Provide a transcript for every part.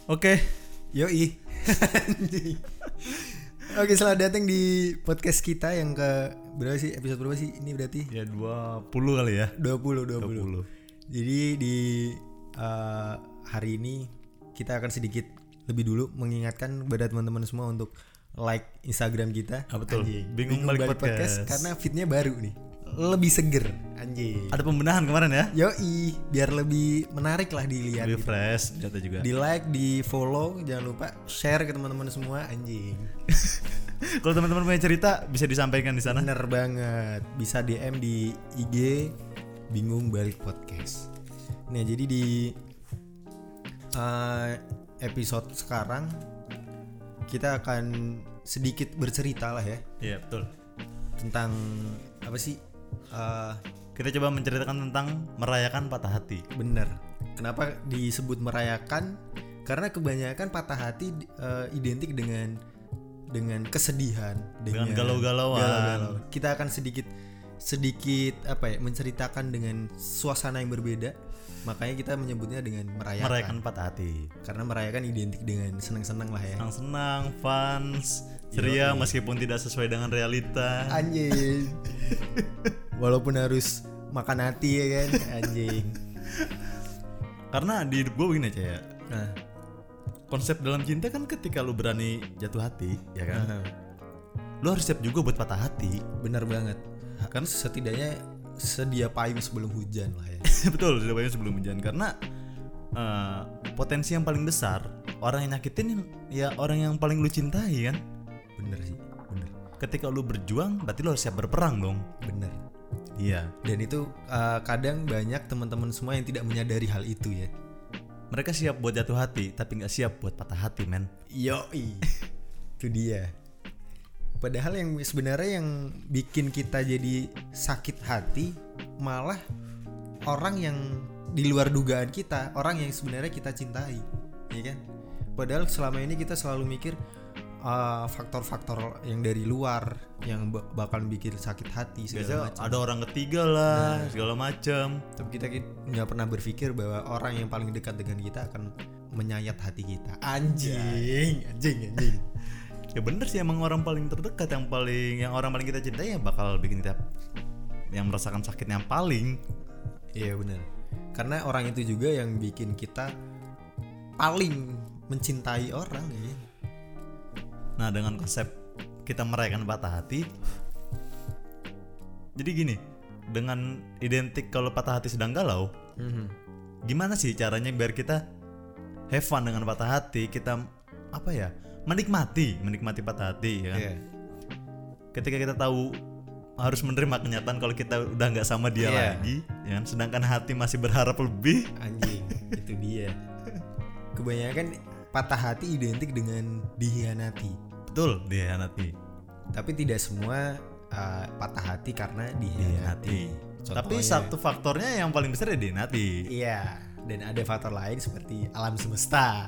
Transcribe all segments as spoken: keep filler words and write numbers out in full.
Oke, Yoi. Oke, selamat datang di podcast kita yang ke berapa sih? Episode berapa sih? Ini berarti ya dua puluh kali ya. dua puluh dua dua puluh. puluh. Jadi di uh, hari ini kita akan sedikit lebih dulu mengingatkan kepada teman-teman semua untuk like Instagram kita. Ah, betul. Anjing. Bingung balik podcast. Karena fitnya baru nih. Lebih seger, anjing. Ada pembenahan kemarin ya. Yoi, biar lebih menarik lah dilihat. Lebih gitu. fresh jatuh juga. Di like, di follow, jangan lupa share ke teman-teman semua, anjing. Kalau teman-teman punya cerita bisa disampaikan di sana. Bener banget, bisa D M di I G Bingung Balik Podcast. Nah, jadi di uh, episode sekarang kita akan sedikit bercerita lah ya. Iya, betul. Tentang apa sih? Uh, Kita coba menceritakan tentang merayakan patah hati. bener. Kenapa disebut merayakan? Karena kebanyakan patah hati uh, identik dengan dengan kesedihan, Dengan galau-galauan. galau-galau. Kita akan sedikit sedikit apa ya, menceritakan dengan suasana yang berbeda. Makanya kita menyebutnya dengan merayakan. Merayakan patah hati. Karena merayakan identik dengan senang-senang lah ya. Senang-senang, fun, ceria Yoi. meskipun tidak sesuai dengan realita. Anjing. Walaupun harus makan hati ya kan, anjing. Karena di hidup gue begini aja ya. Nah, Konsep dalam cinta kan ketika lu berani jatuh hati, ya kan? nah, Lu harus siap juga buat patah hati. benar banget. Kan setidaknya sedia payung sebelum hujan lah ya. Betul, sudah banyak sebelum hujan. Karena uh, potensi yang paling besar orang yang nyakitin ya orang yang paling lu cintai kan. Bener sih, bener. Ketika lu berjuang berarti lu harus siap berperang dong. Bener. Iya. Dan itu uh, kadang banyak teman-teman semua yang tidak menyadari hal itu ya. Mereka siap buat jatuh hati tapi nggak siap buat patah hati, men. Yoi. Itu dia. Padahal yang sebenarnya yang bikin kita jadi sakit hati malah orang yang di luar dugaan kita, orang yang sebenarnya kita cintai, ya kan? Padahal selama ini kita selalu mikir uh, faktor-faktor yang dari luar yang b- bakal bikin sakit hati segala Biasanya macam. ada orang ketiga lah, segala macam. Tapi kita nggak pernah berpikir bahwa orang yang paling dekat dengan kita akan menyayat hati kita. Anjing, anjing, anjing. Ya bener sih, emang orang paling terdekat yang paling yang orang paling kita cintai ya bakal bikin kita yang merasakan sakit yang paling. Iya benar. Karena orang itu juga yang bikin kita paling mencintai orang ya. Nah, dengan konsep kita merayakan patah hati, jadi gini, dengan identik kalau patah hati sedang galau, Mm-hmm. gimana sih caranya biar kita have fun dengan patah hati, kita apa ya, menikmati, menikmati patah hati, ya kan? Iya. Ketika kita tahu harus menerima kenyataan kalau kita udah nggak sama dia Iya. lagi, ya kan? Sedangkan hati masih berharap lebih. Anjing, itu dia. Kebanyakan patah hati identik dengan dihianati. Betul, dihianati. Tapi tidak semua uh, patah hati karena dihianati. Dihianati. Tapi Contohnya- satu faktornya yang paling besar ya dihianati. Iya. Dan ada faktor lain seperti alam semesta.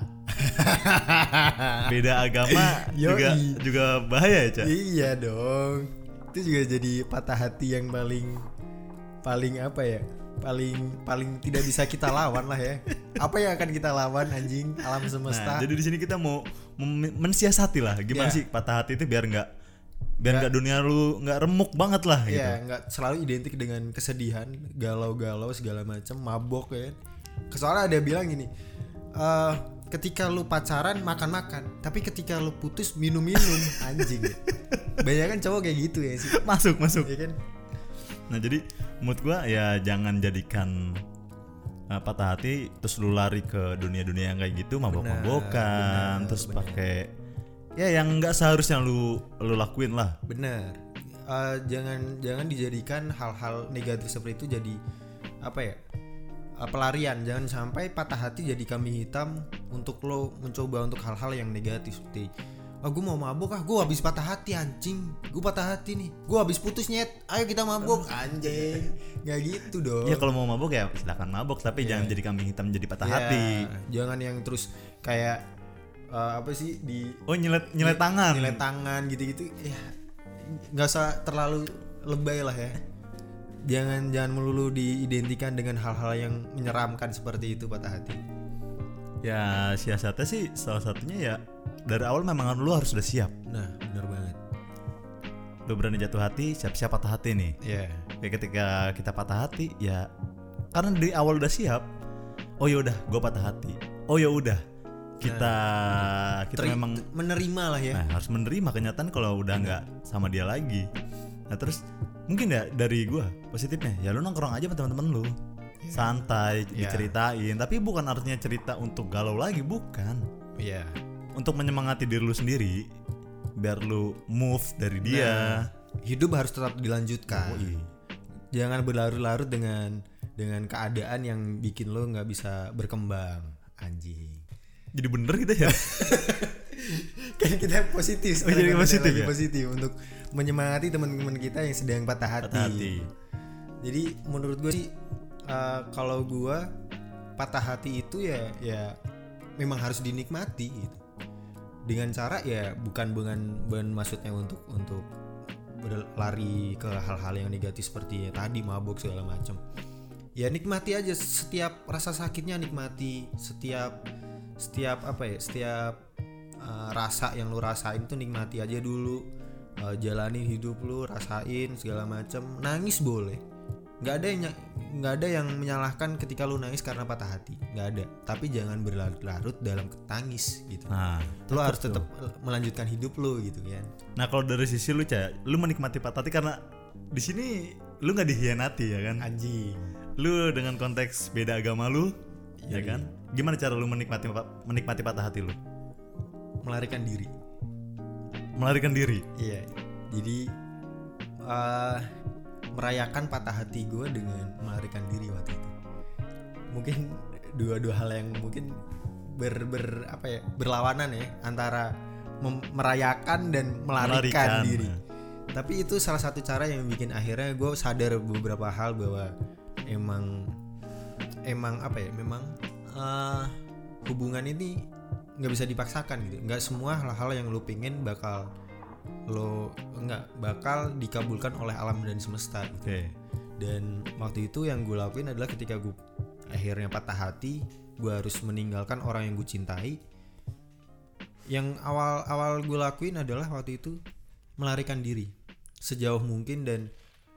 Beda agama juga Yoi. juga bahaya ya, Cak. Iya dong. Itu juga jadi patah hati yang paling paling apa ya? Paling paling tidak bisa kita lawan lah ya. Apa yang akan kita lawan, anjing? Alam semesta. Nah, jadi di sini kita mau mem- mensiasati lah gimana Ya. sih patah hati itu biar nggak biar Nggak- nggak dunia lu nggak remuk banget lah gitu. Iya, nggak selalu identik dengan kesedihan, galau-galau segala macam, mabok ya. Soalnya ada bilang gini, eh ketika lu pacaran makan-makan, tapi ketika lu putus minum-minum, anjing. Banyak kan cowok kayak gitu ya sih. Masuk masuk. Ya kan? Nah, jadi mood gua ya jangan jadikan uh, patah hati terus lu lari ke dunia-dunia yang kayak gitu, mabok-mabokan, benar, terus benar. pakai ya yang nggak seharusnya lu lu lakuin lah. Benar. Eh, jangan jangan dijadikan hal-hal negatif seperti itu jadi apa ya? eh, pelarian. Jangan sampai patah hati jadi kambing hitam untuk lo mencoba untuk hal-hal yang negatif seperti ah gue mau mabuk ah, gue habis patah hati anjing, gue patah hati nih, gue habis putus nyet, ayo kita mabuk anjing. Nggak gitu dong. Ya kalau mau mabok ya silakan mabok, tapi Iya. jangan jadi kambing hitam jadi patah Ya, hati. jangan yang terus kayak eh, apa sih di Oh, nyelet nyelet tangan. nilai tangan gitu-gitu ya, nggak usah terlalu lebay lah ya. Jangan jangan melulu diidentikan dengan hal-hal yang menyeramkan seperti itu patah hati. Ya siasatnya sih salah satunya ya dari awal memang lu harus sudah siap. Nah, benar banget. Lu berani jatuh hati, siap-siap patah hati nih. Iya. Yeah. Kayak ketika kita patah hati ya karena dari awal udah siap. Oh ya udah, gue patah hati. Oh ya udah, kita nah, kita teri- memang menerima lah ya. Nah, harus menerima kenyataan kalau udah nggak sama dia lagi. Nah terus mungkin ya dari gue positifnya ya lu nongkrong aja sama teman-teman lu. Santai, yeah. diceritain, tapi bukan artinya cerita untuk galau lagi, bukan. Iya. Yeah. Untuk menyemangati diri lu sendiri, biar lu move dari dia. Nah, hidup harus tetap dilanjutkan. Oh, iya. Jangan berlarut-larut dengan dengan keadaan yang bikin lu nggak bisa berkembang, anjing. Jadi bener gitu ya. Kan kita positif, oh, jadi positif lagi ya? Positif untuk menyemangati teman-teman kita yang sedang patah hati. Patah hati. Jadi menurut gue sih Uh, kalau gua patah hati itu ya ya memang harus dinikmati gitu. Dengan cara ya bukan dengan bukan maksudnya untuk untuk berlari ke hal-hal yang negatif seperti ya, tadi mabuk segala macam. Ya nikmati aja setiap rasa sakitnya, nikmati setiap setiap apa ya setiap uh, rasa yang lu rasain tuh nikmati aja dulu. Uh, jalani hidup lu, rasain segala macam. Nangis boleh. Nggak ada yang nggak ada yang menyalahkan ketika lu nangis karena patah hati, nggak ada. Tapi jangan berlarut-larut dalam tangis gitu. Nah, lu harus tetap melanjutkan hidup lu gitu kan. Nah kalau dari sisi lu Ca, lu menikmati patah hati karena di sini lu nggak dihianati ya kan? Anjing. Lu dengan konteks beda agama lu, ya, ya kan? Iya. Gimana cara lu menikmati menikmati patah hati lu? Melarikan diri. Melarikan diri. Iya. Jadi uh, merayakan patah hati gue dengan melarikan diri waktu itu. Mungkin dua-dua hal yang mungkin ber, ber apa ya berlawanan ya antara mem- merayakan dan melarikan Melarikan. diri. Tapi itu salah satu cara yang bikin akhirnya gue sadar beberapa hal bahwa emang emang apa ya memang uh, hubungan ini nggak bisa dipaksakan gitu. Nggak semua hal-hal yang lu pengen bakal lo enggak bakal dikabulkan oleh alam dan semesta gitu. Okay. Dan waktu itu yang gue lakuin adalah ketika gue akhirnya patah hati, gue harus meninggalkan orang yang gue cintai. Yang awal-awal gue lakuin adalah waktu itu melarikan diri sejauh mungkin dan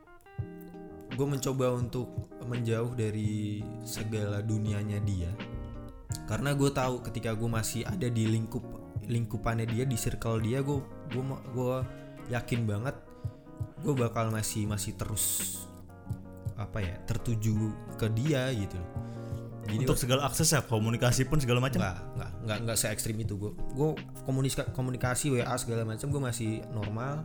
gue mencoba untuk menjauh dari segala dunianya dia. Karena gue tahu ketika gue masih ada di lingkup lingkupannya dia, di circle dia, gue gue gue yakin banget gue bakal masih masih terus apa ya tertuju ke dia gitu. Jadi untuk segala akses ya, komunikasi pun segala macam. Nggak nggak nggak nggak se ekstrim itu gue. Gue komunikasi komunikasi W A segala macam gue masih normal.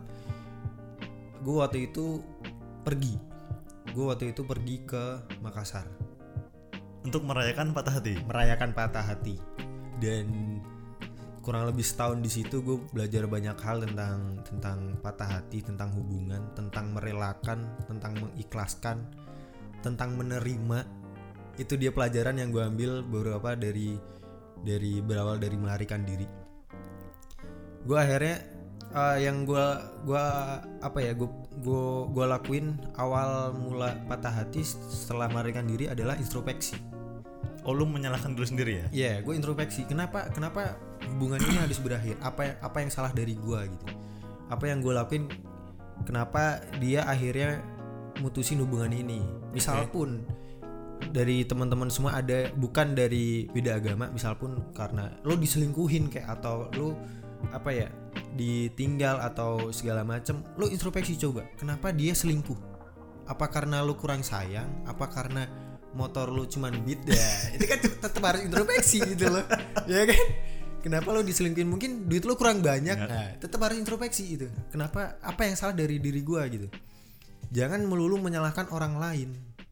Gue waktu itu pergi. Gue waktu itu pergi ke Makassar untuk merayakan patah hati. Merayakan patah hati dan kurang lebih setahun di situ gue belajar banyak hal tentang tentang patah hati, tentang hubungan, tentang merelakan, tentang mengikhlaskan, tentang menerima. Itu dia pelajaran yang gue ambil beberapa dari dari berawal dari melarikan diri. Gue akhirnya uh, yang gue gue apa ya gue gue gue lakuin awal mula patah hati setelah melarikan diri adalah introspeksi. Oh, lu menyalahkan diri sendiri ya? Iya, yeah, gue introspeksi. Kenapa kenapa hubungan ini harus berakhir? Apa apa yang salah dari gue gitu? Apa yang gue lakuin? Kenapa dia akhirnya mutusin hubungan ini? Misal pun okay. dari teman-teman semua ada bukan dari beda agama, misal pun karena lo diselingkuhin kayak atau lo apa ya ditinggal atau segala macem, lo introspeksi coba. Kenapa dia selingkuh? Apa karena lo kurang sayang? Apa karena motor lu cuman beat ya? Itu kan tetap harus introspeksi gitu loh. Ya kan? Kenapa lu diselingkuhin? Mungkin duit lu kurang banyak. Nah, tetap harus introspeksi itu. Kenapa? Apa yang salah dari diri gua gitu. Jangan melulu menyalahkan orang lain.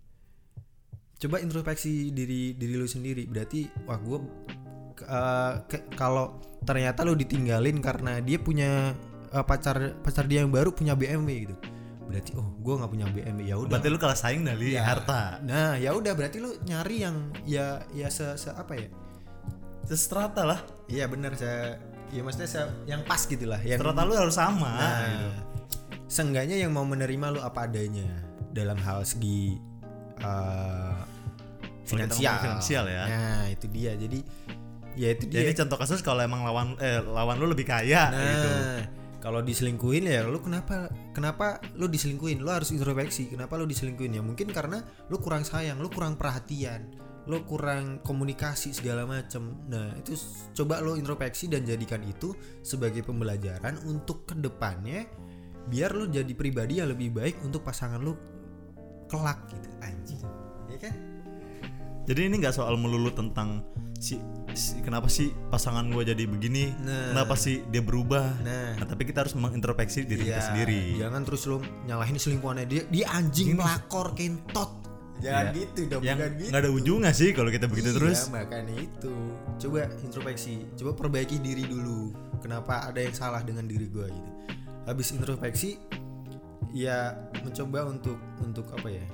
Coba introspeksi diri diri lu sendiri. Berarti wah gua uh, ke, kalau ternyata lu ditinggalin karena dia punya uh, pacar pacar dia yang baru punya B M W gitu. Berarti oh gue nggak punya B M W, ya udah. Berarti lu kalah saing dari ya, harta. Nah ya udah berarti lu nyari yang ya ya se, se apa ya sestrata lah. Iya benar, saya ya maksudnya se, yang pas gitulah. Yang strata lu harus sama. Nah, gitu. Seenggaknya yang mau menerima lu apa adanya dalam hal segi uh, finansial. finansial ya. Nah itu dia. Jadi Ya itu dia. Jadi contoh kasus kalau emang lawan eh lawan lu lebih kaya nah, gitu. Kalau diselingkuhin ya lu kenapa kenapa lu diselingkuhin? Lu harus introspeksi. Kenapa lu diselingkuhin? Ya mungkin karena lu kurang sayang, lu kurang perhatian, lu kurang komunikasi segala macem. Nah, itu coba lu introspeksi dan jadikan itu sebagai pembelajaran untuk kedepannya biar lu jadi pribadi yang lebih baik untuk pasangan lu kelak gitu. Anjing. Ya kan? Jadi ini enggak soal melulu tentang si, si kenapa sih pasangan gue jadi begini, nah, kenapa sih dia berubah. Nah, nah tapi kita harus mengintrospeksi diri iya, kita sendiri. Jangan terus lu nyalahin selingkuhannya dia, dia anjing, pelakor, kentot. Jangan ya, gitu dong, yang bukan gitu. Nggak ada ujungnya sih kalau kita begitu iya, terus. Iya makanya itu. Coba introspeksi, coba perbaiki diri dulu. Kenapa ada yang salah dengan diri gue gitu. Habis introspeksi, ya mencoba untuk untuk apa ya?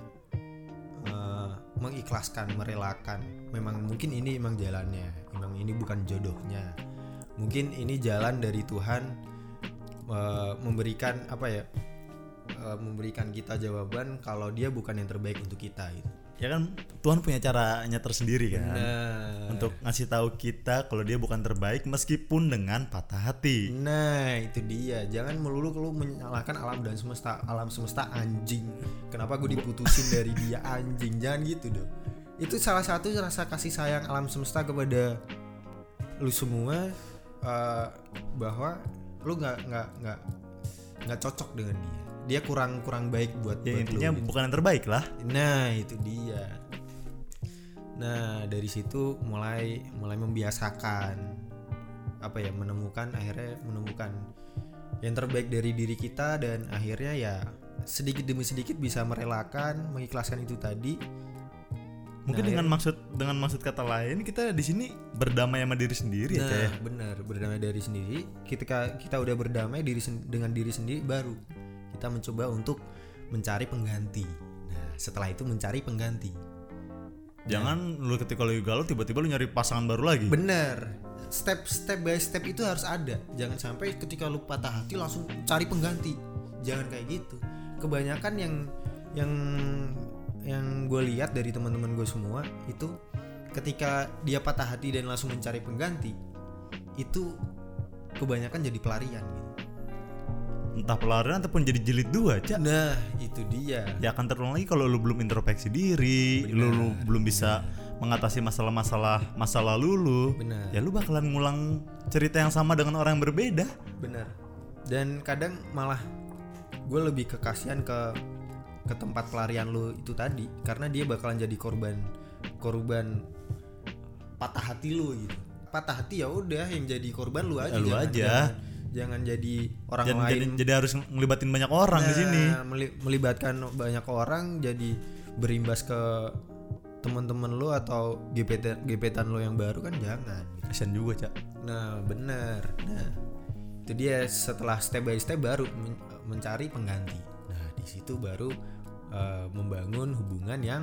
Uh, mengikhlaskan, merelakan. Memang mungkin ini emang jalannya, memang ini bukan jodohnya. Mungkin ini jalan dari Tuhan uh, memberikan apa ya? Uh, memberikan kita jawaban kalau dia bukan yang terbaik untuk kita gitu. Ya kan Tuhan punya caranya tersendiri kan. Nah. Untuk ngasih tahu kita kalau dia bukan terbaik meskipun dengan patah hati. Nah, itu dia. Jangan melulu lu menyalahkan alam dan semesta. Alam semesta anjing. Kenapa gue diputusin dari dia anjing? Jangan gitu dong. Itu salah satu rasa kasih sayang alam semesta kepada lu semua, uh, bahwa lu nggak nggak nggak nggak cocok dengan dia. Dia kurang kurang baik buat, ya, buat intinya lu, bukan yang terbaik lah. Nah itu dia. Nah dari situ mulai mulai membiasakan apa ya, menemukan akhirnya menemukan yang terbaik dari diri kita, dan akhirnya ya sedikit demi sedikit bisa merelakan, mengikhlaskan itu tadi. Mungkin nah, dengan akhirnya, maksud dengan maksud kata lain kita di sini berdamai sama diri sendiri. Nah ya, benar, berdamai diri sendiri. Ketika kita udah berdamai diri dengan diri sendiri, baru kita mencoba untuk mencari pengganti. Nah, setelah itu mencari pengganti. Jangan nah, lu ketika lu galau tiba-tiba lu nyari pasangan baru lagi. Bener. Step step by step itu harus ada. Jangan sampai ketika lu patah hati langsung cari pengganti. Jangan kayak gitu. Kebanyakan yang yang yang gue lihat dari teman-teman gue semua itu ketika dia patah hati dan langsung mencari pengganti, itu kebanyakan jadi pelarian gitu. Entah pelarian ataupun jadi jilid dua, Cak. Nah, itu dia. Ya akan terulang lagi kalau lu belum introspeksi diri, benar, lu, lu belum bisa benar. mengatasi masalah-masalah masa lalu lu. Benar. Ya lu bakalan ngulang cerita yang sama dengan orang yang berbeda. Benar. Dan kadang malah gue lebih kekasihan ke ke tempat pelarian lu itu tadi, karena dia bakalan jadi korban korban patah hati lu gitu. Patah hati ya udah, yang jadi korban lu aja. Ya, lu jangan, aja. Jangan, jangan jadi orang jadi, lain. Jadi, jadi harus ngelibatin banyak orang nah, di sini. Melibatkan banyak orang jadi berimbas ke teman-teman lu atau gebetan gebetan lu yang baru kan jangan. Kasian juga, Cak. Nah, benar. Nah, itu dia, setelah step by step baru men- mencari pengganti. Nah, di situ baru uh, membangun hubungan yang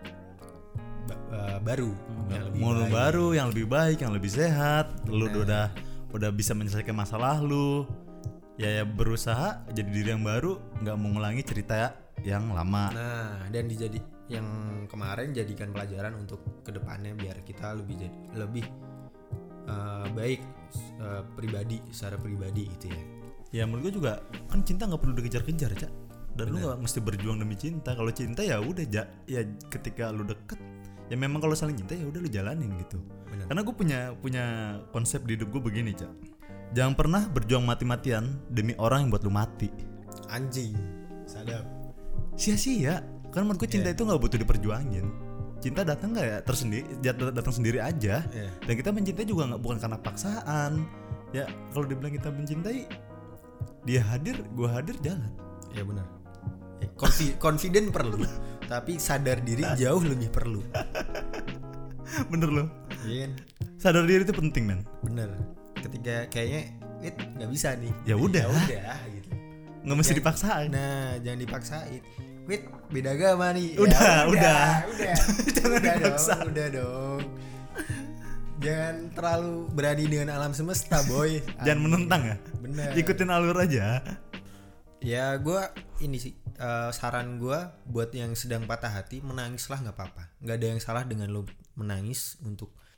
uh, baru, hmm, yang lebih baik. baru, yang lebih baik, yang lebih sehat. Benar. Lu udah udah bisa menyelesaikan masalah lu. Ya, ya berusaha jadi diri yang baru, nggak mengulangi cerita yang lama. Nah, dan dijadi yang kemarin jadikan pelajaran untuk kedepannya biar kita lebih jadi lebih uh, baik uh, pribadi secara pribadi gitu ya. Ya menurut gue juga kan cinta nggak perlu dikejar-kejar, Cak. Dan bener. Lu nggak mesti berjuang demi cinta. Kalau cinta ya udah ja, ya ketika lu deket ya memang kalau saling cinta ya udah lu jalanin gitu. Bener. Karena gue punya punya konsep di hidup gue begini, Cak. Jangan pernah berjuang mati-matian demi orang yang buat lu mati. Anjing, sadap. Sia-sia. Kan menurut gue cinta yeah. itu nggak butuh diperjuangin. Cinta datang nggak ya tersendiri, datang sendiri aja. Yeah. Dan kita mencintai juga nggak, bukan karena paksaan. Ya kalau dibilang kita mencintai, dia hadir, gue hadir, jalan. Ya benar. Ya, confi- confident perlu, tapi sadar diri jauh lebih perlu. Bener loh. Iya. Sadar diri itu penting, men. Bener. Ketika kayaknya, wait nggak bisa nih. Ya udah. Ya udah gitu. Nggak mesti dipaksain. Nah, jangan dipaksain. Wait, beda agama nih. Udah, ya, udah, udah. Udah. Jangan udah dipaksa. Dong, udah dong. Jangan terlalu berani dengan alam semesta, boy. Jangan menentang ya. Bener. Ikutin alur aja. Ya, gue ini sih uh, saran gue buat yang sedang patah hati, menangislah nggak apa-apa. Nggak ada yang salah dengan lo menangis untuk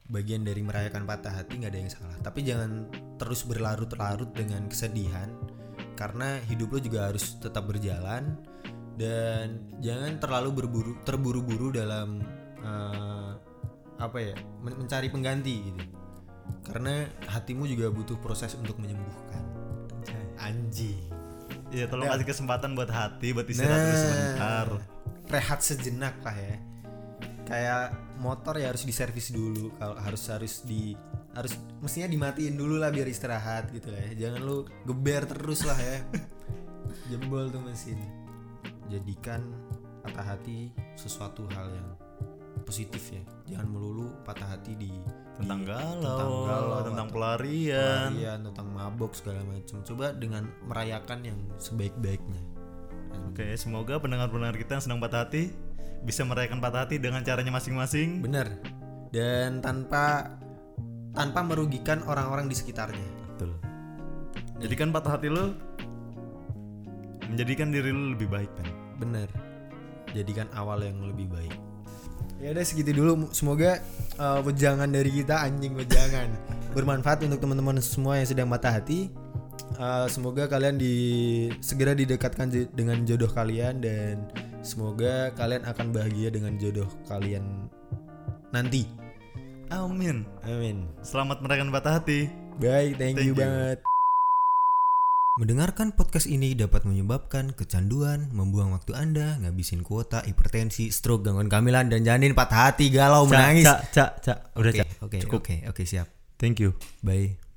bagian dari merayakan patah hati, nggak ada yang salah. Tapi jangan terus berlarut-larut dengan kesedihan, karena hidup lo juga harus tetap berjalan. Dan jangan terlalu berburu, terburu-buru dalam uh, apa ya, men- mencari pengganti gitu. Karena hatimu juga butuh proses untuk menyembuhkan. Anjing. Iya, tolong Nah. kasih kesempatan buat hati, buat istirahat dulu Nah, sebentar. rehat sejenak lah ya. Kayak motor ya harus diservis dulu, kalau harus harus di harus mestinya dimatiin dulu lah biar istirahat gitu lah ya. Jangan lu geber terus lah ya. Jebol tuh mesin. Jadikan patah hati sesuatu hal yang positif ya. Jangan melulu patah hati di Tentang di- galau, tentang, galau, tentang atau pelarian. pelarian, tentang mabok segala macam. Coba dengan merayakan yang sebaik-baiknya. Oke, semoga pendengar-pendengar kita yang sedang patah hati bisa merayakan patah hati dengan caranya masing-masing. Bener. Dan tanpa tanpa merugikan orang-orang di sekitarnya. Betul. Jadikan patah hati lo menjadikan diri lo lebih baik, kan. Bener. Jadikan awal yang lebih baik. Ya udah segitu dulu. Semoga uh, wejangan dari kita, anjing wejangan, bermanfaat untuk teman-teman semua yang sedang patah hati. Uh, semoga kalian di segera didekatkan j- dengan jodoh kalian, dan semoga kalian akan bahagia dengan jodoh kalian nanti. Amin. Amin. Selamat merayakan patah hati. Baik, thank, Thank you, you. banget. Mendengarkan podcast ini dapat menyebabkan kecanduan, membuang waktu Anda, ngabisin kuota, hipertensi, stroke, gangguan kehamilan, dan janin patah hati, galau, menangis. Cak, cak, cak. Udah, Oke, Cak. oke, Cukup. oke, oke, siap. Thank you. Bye.